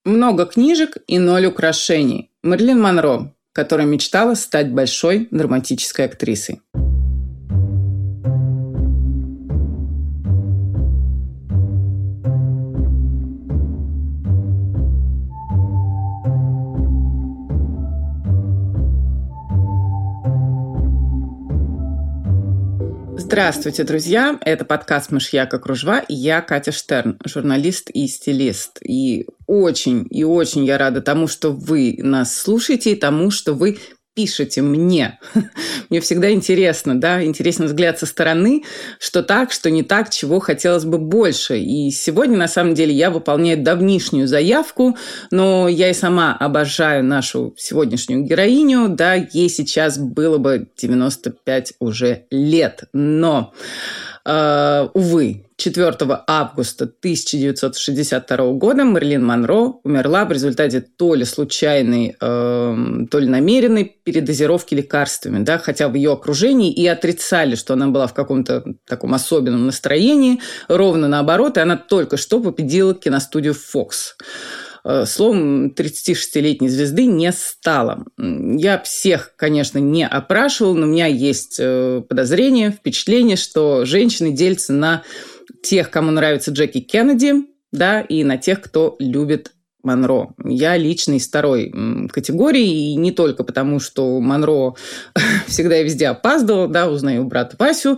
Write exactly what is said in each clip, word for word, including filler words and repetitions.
Много книжек и ноль украшений. Мэрилин Монро, которая мечтала стать большой драматической актрисой. Здравствуйте, друзья! Это подкаст «Мышьяка кружева» и я, Катя Штерн, журналист и стилист. И очень, и очень я рада тому, что вы нас слушаете и тому, что вы пишете мне. Мне всегда интересно, да, интересен взгляд со стороны, что так, что не так, чего хотелось бы больше. И сегодня, на самом деле, я выполняю давнишнюю заявку, но я и сама обожаю нашу сегодняшнюю героиню, да, ей сейчас было бы девяносто пять уже лет, но... Uh, увы, четвёртого августа тысяча девятьсот шестьдесят второго года Мэрилин Монро умерла в результате то ли случайной, uh, то ли намеренной передозировки лекарствами, да, хотя в ее окружении и отрицали, что она была в каком-то таком особенном настроении, ровно наоборот, и она только что победила киностудию Fox. Словом, тридцатишестилетней звезды не стало. Я всех, конечно, не опрашивала, но у меня есть подозрение, впечатление, что женщины делятся на тех, кому нравится Джеки Кеннеди, да, и на тех, кто любит Монро. Я лично из второй категории, и не только потому, что Монро всегда и везде опаздывала, да, узнаю брата Васю,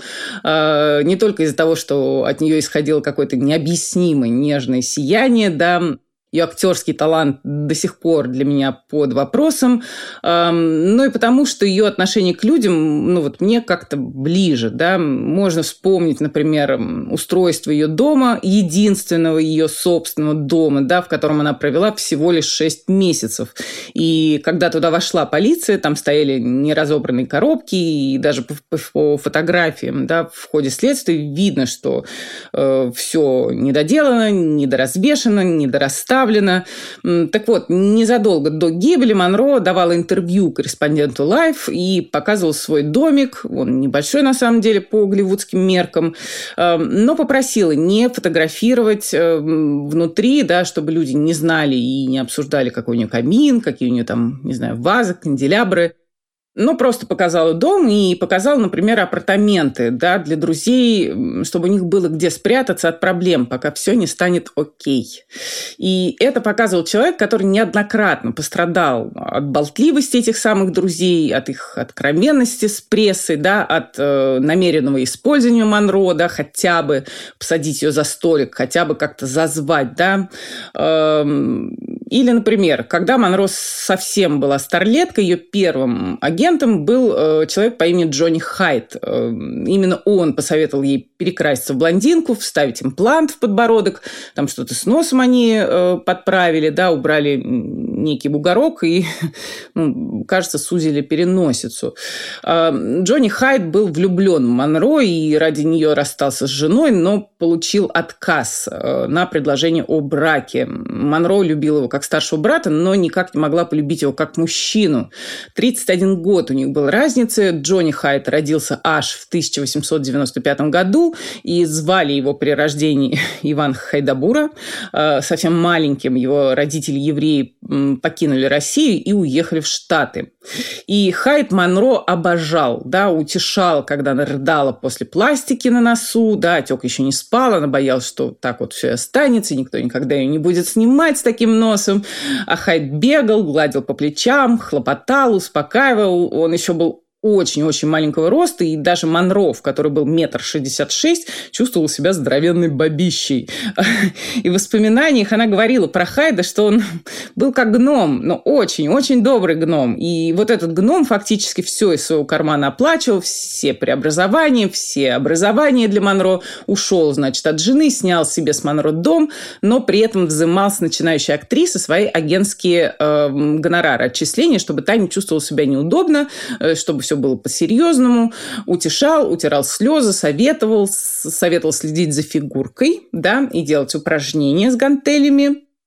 не только из-за того, что от нее исходило какое-то необъяснимое нежное сияние, да, ее актерский талант до сих пор для меня под вопросом, но и потому, что ее отношение к людям, ну вот мне как-то ближе, да, можно вспомнить, например, устройство ее дома, единственного ее собственного дома, да, в котором она провела всего лишь шесть месяцев, и когда туда вошла полиция, там стояли неразобранные коробки, и даже по, по, по фотографиям, да, в ходе следствия видно, что э, все недоделано, недоразбешено, недорасставлено. Так вот, незадолго до гибели Монро давала интервью корреспонденту Life и показывал свой домик, он небольшой на самом деле по голливудским меркам, но попросила не фотографировать внутри, да, чтобы люди не знали и не обсуждали, какой у нее камин, какие у нее там, не знаю, вазы, канделябры. Ну, просто показала дом и показала, например, апартаменты, да, для друзей, чтобы у них было где спрятаться от проблем, пока все не станет окей. И это показывал человек, который неоднократно пострадал от болтливости этих самых друзей, от их откровенности с прессой, да, от э, намеренного использования Монро, да, хотя бы посадить ее за столик, хотя бы как-то зазвать, да. Эм, или, например, когда Монро совсем была старлеткой, ее первым агентом Агентом был э, человек по имени Джонни Хайд. Э, именно он посоветовал ей перекраситься в блондинку, вставить имплант в подбородок, там что-то с носом они э, подправили, да, убрали некий бугорок и, ну, кажется, сузили переносицу. Э, Джонни Хайд был влюблен в Монро и ради нее расстался с женой, но получил отказ э, на предложение о браке. Монро любила его как старшего брата, но никак не могла полюбить его как мужчину. тридцать один год у них был разница. Джонни Хайд родился аж в тысяча восемьсот девяносто пятом году, и звали его при рождении Иван Хайдабура. Совсем маленьким его родители-евреи покинули Россию и уехали в Штаты. И Хайд Монро обожал, да, утешал, когда она рыдала после пластики на носу, да, отек еще не спал, она боялась, что так вот все и останется, никто никогда ее не будет снимать с таким носом. А Хайд бегал, гладил по плечам, хлопотал, успокаивал. Он еще был очень-очень маленького роста, и даже Монро, в который был метр шестьдесят шесть, чувствовал себя здоровенной бабищей. И в воспоминаниях она говорила про Хайда, что он был как гном, но очень-очень добрый гном. И вот этот гном фактически все из своего кармана оплачивал, все преобразования, все образования для Монро, ушел, значит, от жены, снял себе с Монро дом, но при этом взимал с начинающей актрисы свои агентские э, гонорары, отчисления, чтобы та не чувствовала себя неудобно, э, чтобы все было по-серьезному, утешал, утирал слезы, советовал, советовал следить за фигуркой, да, и делать упражнения с гантелями.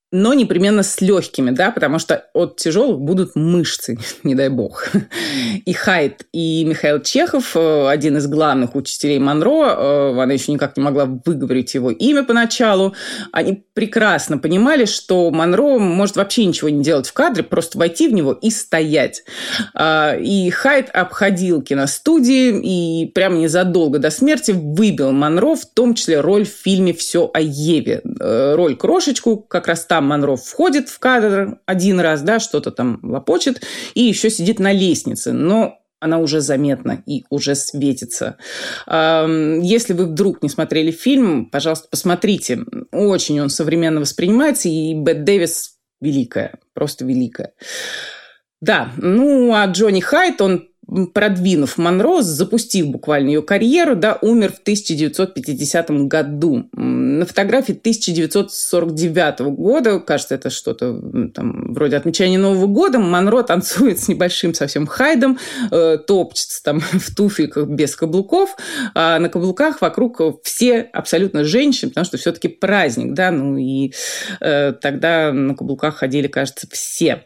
но непременно с легкими, да, потому что от тяжелых будут мышцы, не дай бог. И Хайд, и Михаил Чехов, один из главных учителей Монро, она еще никак не могла выговорить его имя поначалу, они прекрасно понимали, что Монро может вообще ничего не делать в кадре, просто войти в него и стоять. И Хайд обходил киностудии и прямо незадолго до смерти выбил Монро, в том числе роль в фильме «Все о Еве». Роль крошечку, как раз там Монро входит в кадр один раз, да, что-то там лопочет, и еще сидит на лестнице, но она уже заметна и уже светится. Если вы вдруг не смотрели фильм, пожалуйста, посмотрите. Очень он современно воспринимается, и Бетт Дэвис великая, просто великая. Да, ну а Джонни Хайд, он, продвинув Монро, запустив буквально ее карьеру, да, умер в тысяча девятьсот пятидесятом году. На фотографии тысяча девятьсот сорок девятого года, кажется, это что-то там вроде отмечания Нового года, Монро танцует с небольшим совсем Хайдом, э, топчется там в туфельках без каблуков, а на каблуках вокруг все абсолютно женщины, потому что все-таки праздник, да, ну и э, тогда на каблуках ходили, кажется, все.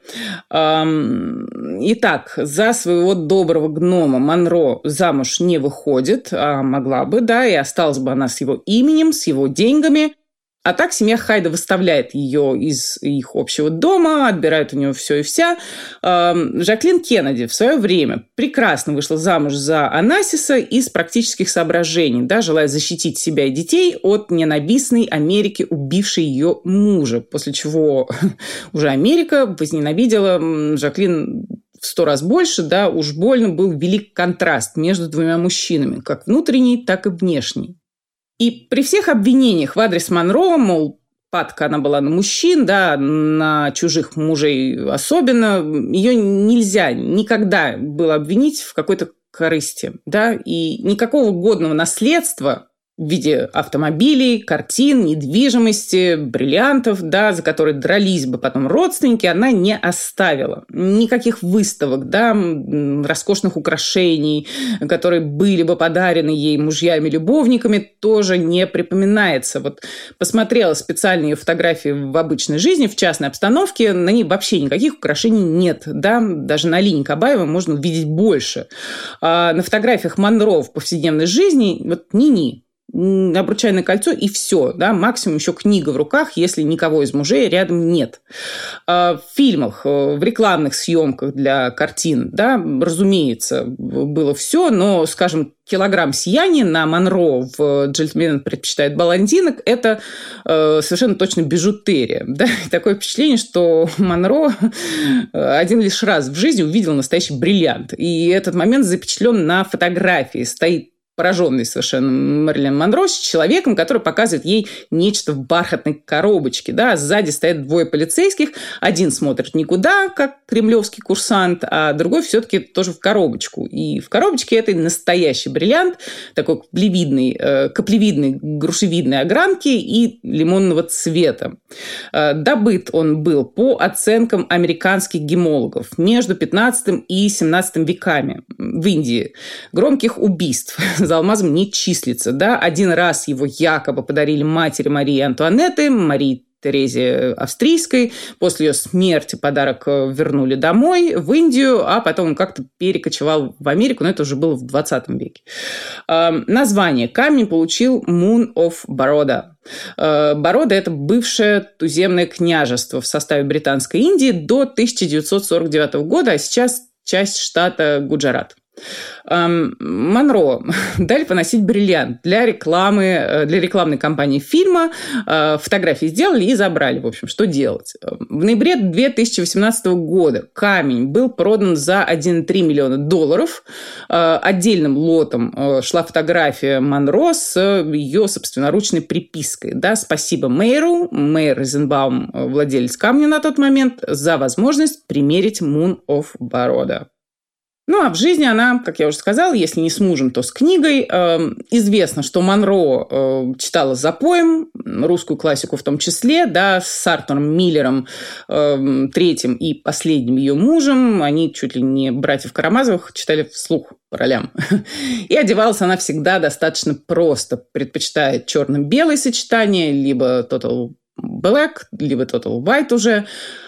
Эм, итак, за своего доброго гнома Монро замуж не выходит, а могла бы, да, и осталась бы она с его именем, с его деньгами. А так семья Хайда выставляет ее из их общего дома, отбирает у нее все и вся. Жаклин Кеннеди в свое время прекрасно вышла замуж за Онасиса из практических соображений, да, желая защитить себя и детей от ненавистной Америки, убившей ее мужа, после чего уже Америка возненавидела Жаклин в сто раз больше, да, уж больно был велик контраст между двумя мужчинами, как внутренний, так и внешний. И при всех обвинениях в адрес Монро, мол, падка она была на мужчин, да, на чужих мужей особенно, ее нельзя никогда было обвинить в какой-то корысти, да, и никакого годного наследства в виде автомобилей, картин, недвижимости, бриллиантов, да, за которые дрались бы потом родственники, она не оставила. Никаких выставок, да, роскошных украшений, которые были бы подарены ей мужьями-любовниками, тоже не припоминается. Вот посмотрела специально ее фотографии в обычной жизни, в частной обстановке, на ней вообще никаких украшений нет, да, даже на Алине Кабаевой можно увидеть больше. А на фотографиях Монро в повседневной жизни вот ни-ни. Обручальное кольцо и все, да, максимум еще книга в руках, если никого из мужей рядом нет. В фильмах, в рекламных съемках для картин, да, разумеется, было все, но, скажем, килограмм сияния на Монро в «Джентльмен предпочитает блондинок» – это э, совершенно точно бижутерия. Да? Такое впечатление, что Монро один лишь раз в жизни увидел настоящий бриллиант. И этот момент запечатлен на фотографии. Стоит пораженный совершенно Мэрилин Монро с человеком, который показывает ей нечто в бархатной коробочке. Да? Сзади стоят двое полицейских. Один смотрит никуда, как кремлевский курсант, а другой все-таки тоже в коробочку. И в коробочке этой настоящий бриллиант, такой каплевидной, э, каплевидной грушевидной огранки и лимонного цвета. Э, добыт он был по оценкам американских гемологов между пятнадцатым и семнадцатым веками в Индии. Громких убийств за алмазом не числится. Да? Один раз его якобы подарили матери Марии Антуанетты, Марии Терезе Австрийской. После ее смерти подарок вернули домой, в Индию, а потом он как-то перекочевал в Америку, но это уже было в двадцатом веке. Название камень получил Moon of Baroda. Барода – это бывшее туземное княжество в составе Британской Индии до тысяча девятьсот сорок девятого года, а сейчас часть штата Гуджарат. Монро дали поносить бриллиант для рекламы, для рекламной кампании фильма. Фотографии сделали и забрали. В общем, что делать? В ноябре две тысячи восемнадцатого года камень был продан за один целых три миллиона долларов. Отдельным лотом шла фотография Монро с ее собственноручной припиской. Да, спасибо мэру, мэр Розенбаум, владелец камня на тот момент, за возможность примерить Moon of Baroda. Ну, а в жизни она, как я уже сказала, если не с мужем, то с книгой. Э, известно, что Монро э, читала запоем, русскую классику в том числе, да, с Артуром Миллером, э, третьим и последним ее мужем. Они чуть ли не братьев Карамазовых читали вслух по ролям. И одевалась она всегда достаточно просто, предпочитая черно-белое сочетание, либо total Black, либо Total White уже,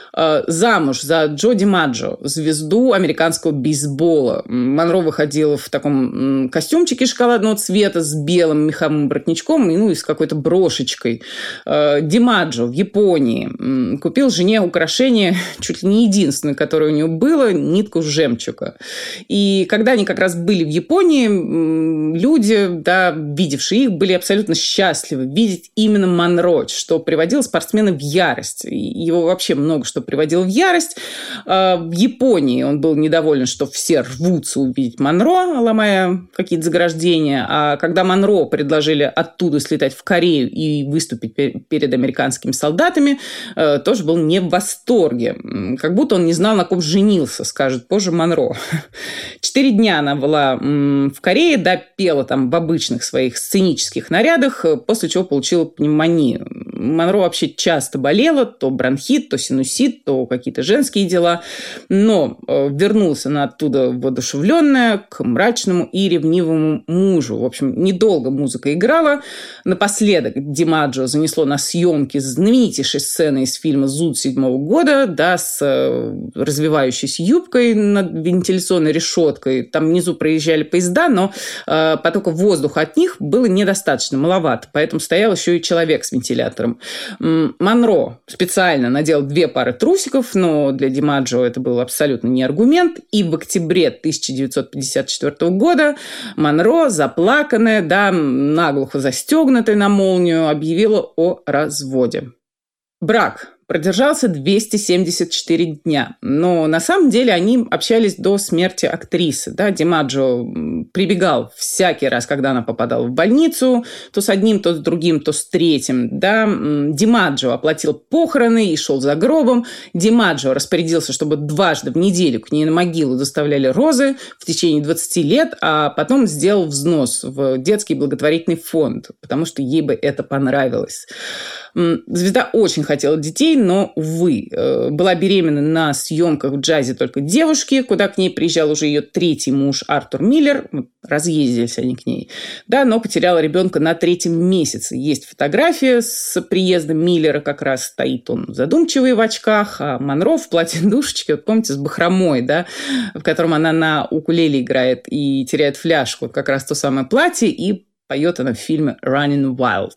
замуж за Джо Димаджо, звезду американского бейсбола. Монро выходила в таком костюмчике шоколадного цвета с белым меховым воротничком, ну и с какой-то брошечкой. Димаджо в Японии купил жене украшение, чуть ли не единственное, которое у него было, нитку жемчуга. И когда они как раз были в Японии, люди, да, видевшие их, были абсолютно счастливы видеть именно Монро, что приводило спортсмена в ярость. Его вообще много что приводил в ярость. В Японии он был недоволен, что все рвутся увидеть Монро, ломая какие-то заграждения. А когда Монро предложили оттуда слетать в Корею и выступить перед американскими солдатами, тоже был не в восторге. Как будто он не знал, на ком женился, скажет позже Монро. Четыре дня она была в Корее, да, пела там в обычных своих сценических нарядах, после чего получила пневмонию. Монро вообще часто болела, то бронхит, то синусит, то какие-то женские дела, но вернулся она оттуда воодушевленная к мрачному и ревнивому мужу. В общем, недолго музыка играла. Напоследок Димаджо занесло на съемки знаменитейшей сцены из фильма «Зуд» седьмого года, да, с развивающейся юбкой над вентиляционной решеткой. Там внизу проезжали поезда, но э, потока воздуха от них было недостаточно, маловато, поэтому стоял еще и человек с вентилятором. Монро специально надел две пары трусиков, но для Димаджо это был абсолютно не аргумент. И в октябре тысяча девятьсот пятьдесят четвёртого года Монро, заплаканная, да, наглухо застегнутая на молнию, объявила о разводе. Брак продержался двести семьдесят четыре дня. Но на самом деле они общались до смерти актрисы. Да? Димаджо прибегал всякий раз, когда она попадала в больницу, то с одним, то с другим, то с третьим. Да? Димаджо оплатил похороны и шел за гробом. Димаджо распорядился, чтобы дважды в неделю к ней на могилу доставляли розы в течение двадцати лет, а потом сделал взнос в детский благотворительный фонд, потому что ей бы это понравилось. Звезда очень хотела детей, но, увы, была беременна на съемках в джазе только девушки, куда к ней приезжал уже ее третий муж Артур Миллер. Разъездились они к ней. Да, но потеряла ребенка на третьем месяце. Есть фотография с приездом Миллера, как раз стоит он задумчивый в очках, а Монро в платье-душечке, вот помните, с бахромой, да, в котором она на укулеле играет и теряет фляжку. Вот как раз то самое платье, и поет она в фильме «Running Wild».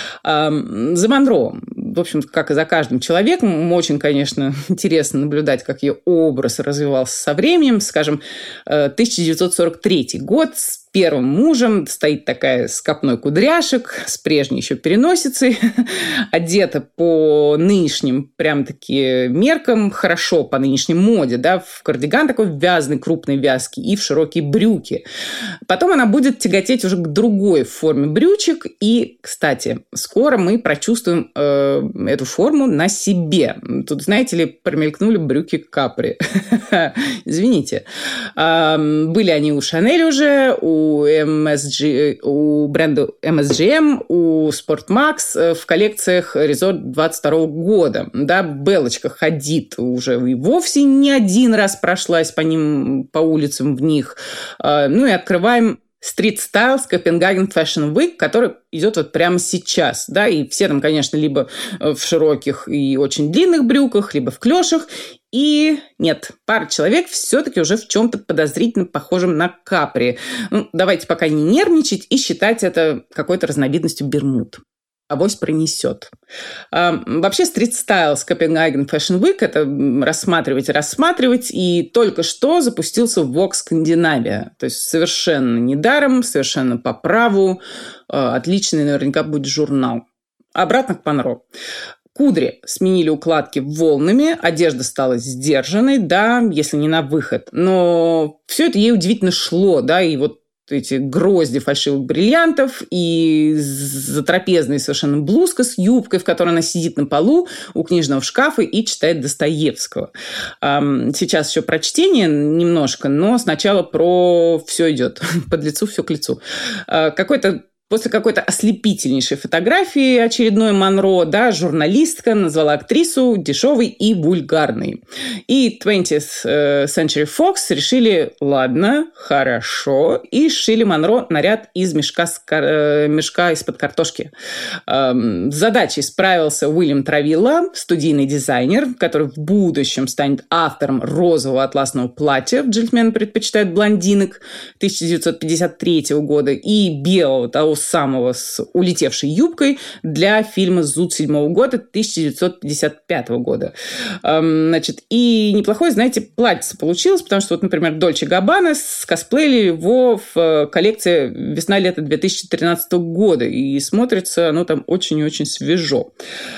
За Монро, в общем, как и за каждым человеком, очень, конечно, интересно наблюдать, как ее образ развивался со временем. Скажем, тысяча девятьсот сорок третий год, с первым мужем, стоит такая с копной кудряшек, с прежней еще переносицей, одета по нынешним прям-таки меркам, хорошо по нынешней моде, да, в кардиган такой вязаный, крупной вязки и в широкие брюки. Потом она будет тяготеть уже к другой форме брючек, и, кстати, скоро мы прочувствуем э, эту форму на себе. Тут, знаете ли, промелькнули брюки Капри. Извините. Были они у Шанель уже, у у эм эс джи, у бренда эм эс джи эм, у Sportmax в коллекциях Resort двадцать второго года. Да, Белочка Хадид уже и вовсе не один раз прошлась по ним, по улицам в них. Ну и открываем Street Styles Copenhagen Fashion Week, который идет вот прямо сейчас, да, и все там, конечно, либо в широких и очень длинных брюках, либо в клёшах. И нет, пара человек все-таки уже в чем-то подозрительно похожем на капри. Ну, давайте пока не нервничать и считать это какой-то разновидностью бермуд. Авось пронесет. А, вообще, Street Styles Copenhagen Fashion Week – это рассматривать и рассматривать, и только что запустился Vogue Скандинавия. То есть совершенно недаром, совершенно по праву. Отличный наверняка будет журнал. Обратно к Монро. Кудри сменили укладки волнами, одежда стала сдержанной, да, если не на выход. Но все это ей удивительно шло, да, и вот эти грозди фальшивых бриллиантов и затрапезная совершенно блузка с юбкой, в которой она сидит на полу у книжного шкафа и читает Достоевского. Сейчас еще про чтение немножко, но сначала про все идет. Под лицу все к лицу. Какой-то После какой-то ослепительнейшей фотографии очередной Монро, да, журналистка назвала актрису дешевой и вульгарной. И twentieth Century Fox решили, ладно, хорошо, и сшили Монро наряд из мешка, с кар... мешка из-под картошки. Эм, с задачей справился Уильям Травилла, студийный дизайнер, который в будущем станет автором розового атласного платья, джентльмены предпочитают блондинок, тысяча девятьсот пятьдесят третьего года, и белого того самого с улетевшей юбкой для фильма «Зуд» седьмого года, тысяча девятьсот пятьдесят пятого года. Значит, и неплохое, знаете, платье получилось, потому что, вот, например, Дольче Габбана скосплеили его в коллекции «Весна-лето» две тысячи тринадцатого года, и смотрится оно там очень и очень свежо.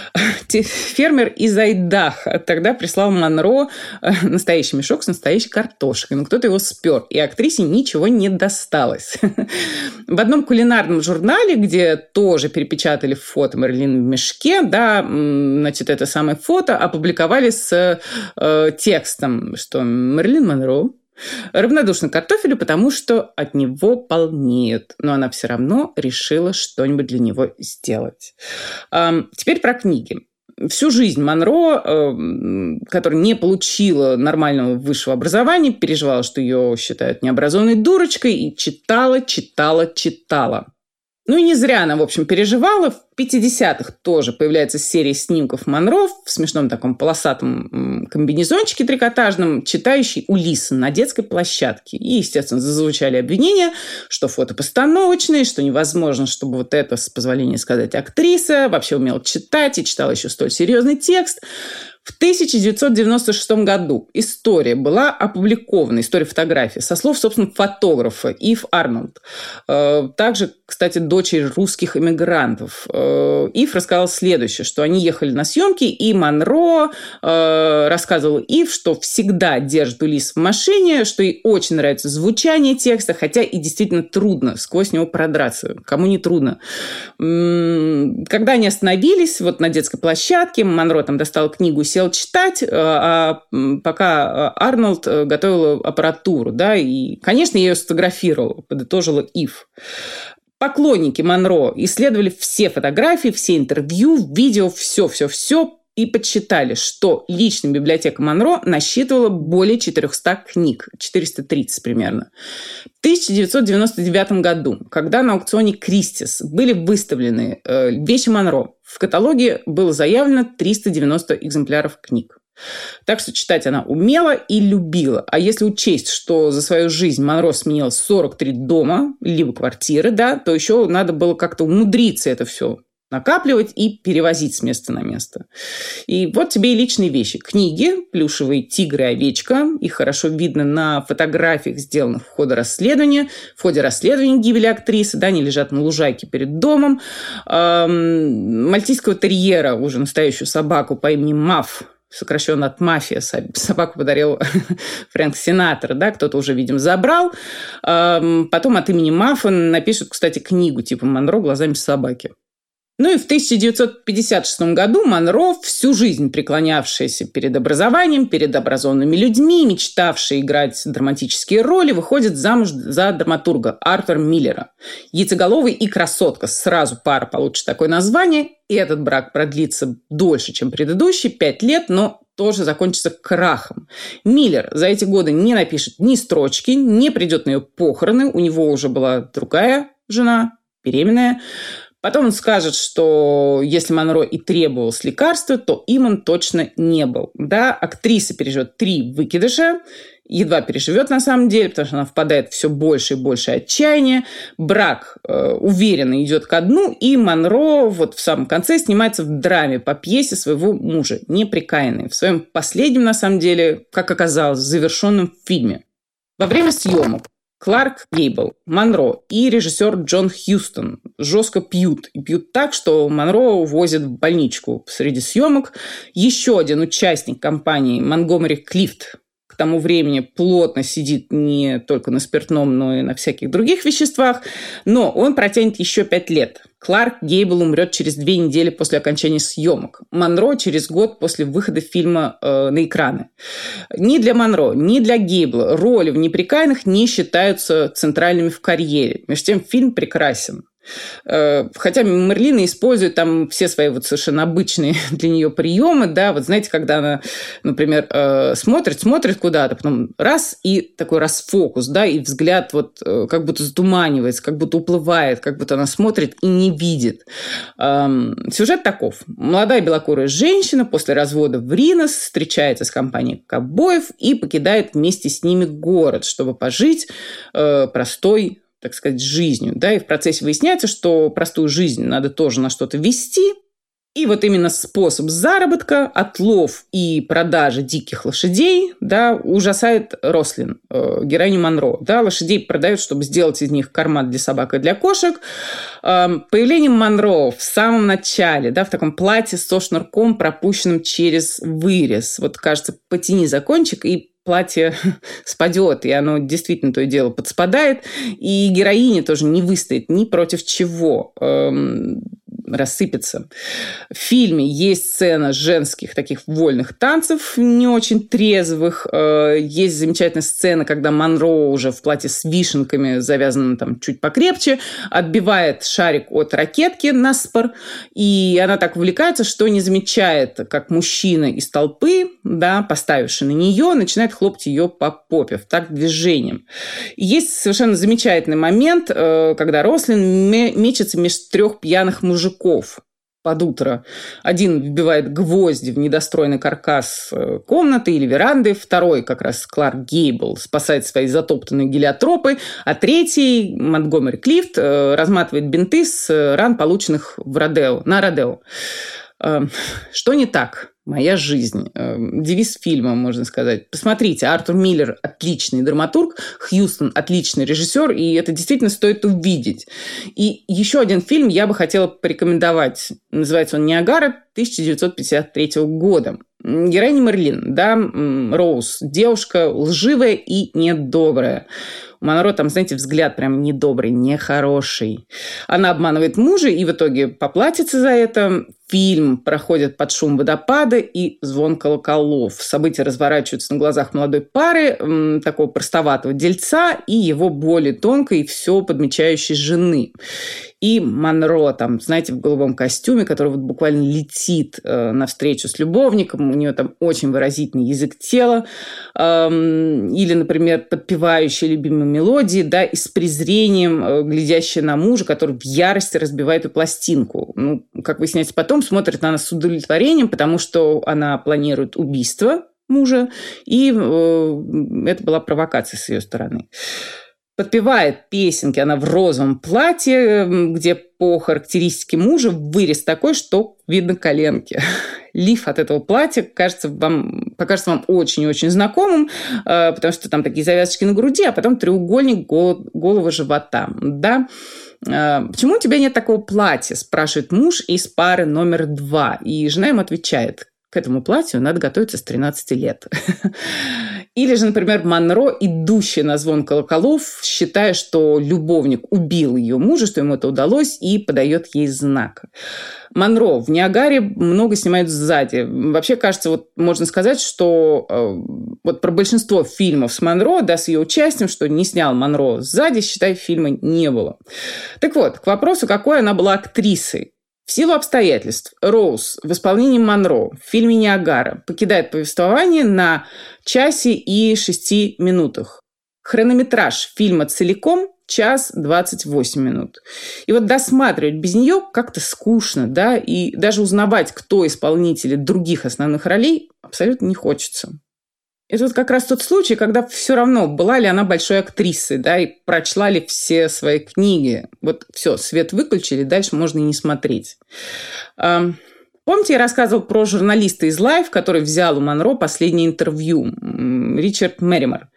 Фермер из Айдахо тогда прислал Монро настоящий мешок с настоящей картошкой, но кто-то его спер, и актрисе ничего не досталось. В одном кулинарном журнале, где тоже перепечатали фото Мэрилин в мешке, да, значит, это самое фото опубликовали с э, текстом, что Мэрилин Монро равнодушна к картофелю, потому что от него полнеет, но она все равно решила что-нибудь для него сделать. Э, теперь про книги. Всю жизнь Монро, которая не получила нормального высшего образования, переживала, что ее считают необразованной дурочкой, и читала, читала, читала. Ну и не зря она, в общем, переживала. В пятидесятых тоже появляется серия снимков Монро в смешном таком полосатом комбинезончике трикотажном, читающий Улисса на детской площадке. И, естественно, зазвучали обвинения, что фото постановочные, что невозможно, чтобы вот это, с позволения сказать, актриса вообще умела читать и читала еще столь серьезный текст. В тысяча девятьсот девяносто шестом году история была опубликована, история фотографии, со слов, собственно, фотографа Ив Арнольд. Также, кстати, дочери русских эмигрантов. Ив рассказал следующее, что они ехали на съемки, и Монро рассказывал Ив, что всегда держит Улисс в машине, что ей очень нравится звучание текста, хотя и действительно трудно сквозь него продраться. Кому не трудно. Когда они остановились вот на детской площадке, Монро там достал книгу и сел читать, а пока Арнольд готовила аппаратуру, да, и, конечно, я ее сфотографировала, подытожила Ив. Поклонники Монро исследовали все фотографии, все интервью, видео, все-все-все, и подсчитали, что личная библиотека Монро насчитывала более четыреста книг, четыреста тридцать примерно. В тысяча девятьсот девяносто девятом году, когда на аукционе Кристис были выставлены э, вещи Монро, в каталоге было заявлено триста девяносто экземпляров книг. Так что читать она умела и любила. А если учесть, что за свою жизнь Монро сменила сорок три дома, либо квартиры, да, то еще надо было как-то умудриться это все накапливать и перевозить с места на место. И вот тебе и личные вещи. Книги, плюшевые тигры и овечка. Их хорошо видно на фотографиях, сделанных в ходе расследования. В ходе расследования гибели актрисы, да, они лежат на лужайке перед домом. Эм, мальтийского терьера, уже настоящую собаку по имени Маф, сокращенно от мафия, собаку подарил Фрэнк Синатра, да, кто-то уже, видимо, забрал. Потом от имени Мафа напишут, кстати, книгу типа «Монро глазами собаки». Ну и в тысяча девятьсот пятьдесят шестом году Монро, всю жизнь преклонявшаяся перед образованием, перед образованными людьми, мечтавшая играть драматические роли, выходит замуж за драматурга Артура Миллера. Яйцеголовый и красотка. Сразу пара получит такое название. И этот брак продлится дольше, чем предыдущий, пять лет, но тоже закончится крахом. Миллер за эти годы не напишет ни строчки, не придет на ее похороны. У него уже была другая жена, беременная. Потом он скажет, что если Монро и требовалось лекарства, то им он точно не был. Да, актриса переживет три выкидыша, едва переживет на самом деле, потому что она впадает в все больше и больше отчаяния. Брак э, уверенно идет ко дну, и Монро вот в самом конце снимается в драме по пьесе своего мужа «Неприкаянный», в своем последнем, на самом деле, как оказалось, завершенном фильме. Во время съемок Кларк Гейбл, Монро и режиссер Джон Хьюстон жестко пьют. И пьют так, что Монро возят в больничку среди съемок. Еще один участник компании Монгомери Клифт к тому времени плотно сидит не только на спиртном, но и на всяких других веществах. Но он протянет еще пять лет. Кларк Гейбл умрет через две недели после окончания съемок. Монро через год после выхода фильма э, на экраны. Ни для Монро, ни для Гейбла роли в «Неприкаянных» не считаются центральными в карьере. Между тем, фильм прекрасен. Хотя Мерлина использует там все свои вот совершенно обычные для нее приемы, да, вот знаете, когда она, например, смотрит, смотрит куда-то, потом раз, и такой расфокус, да, и взгляд вот как будто затуманивается, как будто уплывает, как будто она смотрит и не видит. Сюжет таков. Молодая белокурая женщина после развода в Ринос встречается с компанией ковбоев и покидает вместе с ними город, чтобы пожить простой, так сказать, жизнью. Да? И в процессе выясняется, что простую жизнь надо тоже на что-то вести. И вот именно способ заработка, отлов и продажи диких лошадей, да, ужасает Рослин, э, героиню Монро. Да, лошадей продают, чтобы сделать из них корма для собак и для кошек. Э, появление Монро в самом начале, да, в таком платье со шнурком, пропущенным через вырез. Вот, кажется, потяни за кончик, и платье спадет, и оно действительно то и дело подспадает. И героиня тоже не выстоит ни против чего. Эм, рассыпется. В фильме есть сцена женских таких вольных танцев, не очень трезвых. Есть замечательная сцена, когда Монро уже в платье с вишенками, завязанном там чуть покрепче, отбивает шарик от ракетки наспор, и она так увлекается, что не замечает, как мужчина из толпы, да, поставивший на нее, начинает хлопать ее по попе в такт движением. И есть совершенно замечательный момент, когда Рослин мечется между трех пьяных мужиков под утро. Один вбивает гвозди в недостроенный каркас комнаты или веранды, второй, как раз Кларк Гейбл, спасает свои затоптанные гелиотропы, а третий, Монтгомери Клифт, разматывает бинты с ран, полученных в Родео, на Родео. Что не так? Моя жизнь. Девиз фильма, можно сказать. Посмотрите, Артур Миллер – отличный драматург, Хьюстон – отличный режиссер, и это действительно стоит увидеть. И еще один фильм я бы хотела порекомендовать. Называется он «Ниагара» тысяча девятьсот пятьдесят третьего года. Героиня Мерлин, да, Роуз, девушка лживая и недобрая. У Монро там, знаете, взгляд прям недобрый, нехороший. Она обманывает мужа и в итоге поплатится за это. Фильм проходит под шум водопада и звон колоколов. События разворачиваются на глазах молодой пары, такого простоватого дельца и его более тонкой и все подмечающей жены. И Монро там, знаете, в голубом костюме, который вот буквально летит э, навстречу с любовником. У нее там очень выразительный язык тела. Э, или, например, подпевающая любимые мелодии, да, и с презрением э, глядящая на мужа, который в ярости разбивает эту пластинку. Ну, как выясняется потом, смотрит на нас с удовлетворением, потому что она планирует убийство мужа, и э, это была провокация с ее стороны. Подпевает песенки она в розовом платье, где по характеристике мужа вырез такой, что видно коленки. Лиф от этого платья кажется вам, покажется вам очень-очень знакомым, потому что там такие завязочки на груди, а потом треугольник голого живота. Да? «Почему у тебя нет такого платья?» – спрашивает муж из пары номер два. И жена ему отвечает: к этому платью надо готовиться с тринадцати лет. Или же, например, Монро, идущая на звон колоколов, считая, что любовник убил ее мужа, что ему это удалось, и подает ей знак. Монро в «Ниагаре» много снимают сзади. Вообще, кажется, вот можно сказать, что э, вот про большинство фильмов с Монро, да, с ее участием, что не снял Монро сзади, считай, фильма не было. Так вот, к вопросу, какой она была актрисой. В силу обстоятельств Роуз в исполнении Монро в фильме «Ниагара» покидает повествование на часе и шести минутах. Хронометраж фильма целиком – час двадцать восемь минут. И вот досматривать без нее как-то скучно, да, и даже узнавать, кто исполнители других основных ролей, абсолютно не хочется. Это вот как раз тот случай, когда все равно, была ли она большой актрисой, да, и прочла ли все свои книги. Вот все, свет выключили, дальше можно и не смотреть. Помните, я рассказывала про журналиста из Life, который взял у Монро последнее интервью, Ричард Мерримор.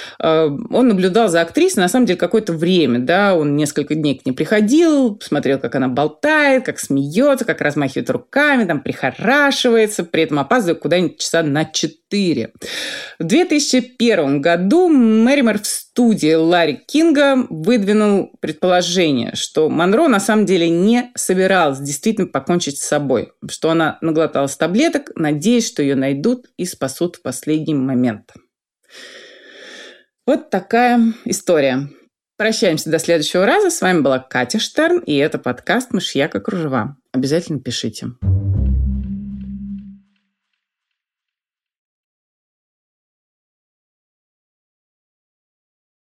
Он наблюдал за актрисой, на самом деле, какое-то время, да, он несколько дней к ней приходил, смотрел, как она болтает, как смеется, как размахивает руками, там, прихорашивается, при этом опаздывает куда-нибудь часа на четыре. В две тысячи первом году Мерримор в студии Ларри Кинга выдвинул предположение, что Монро на самом деле не собиралась действительно покончить с собой, что она наглоталась таблеток, надеясь, что ее найдут и спасут в последний момент. Вот такая история. Прощаемся до следующего раза. С вами была Катя Штерн, и это подкаст «Мышьяк и кружева». Обязательно пишите.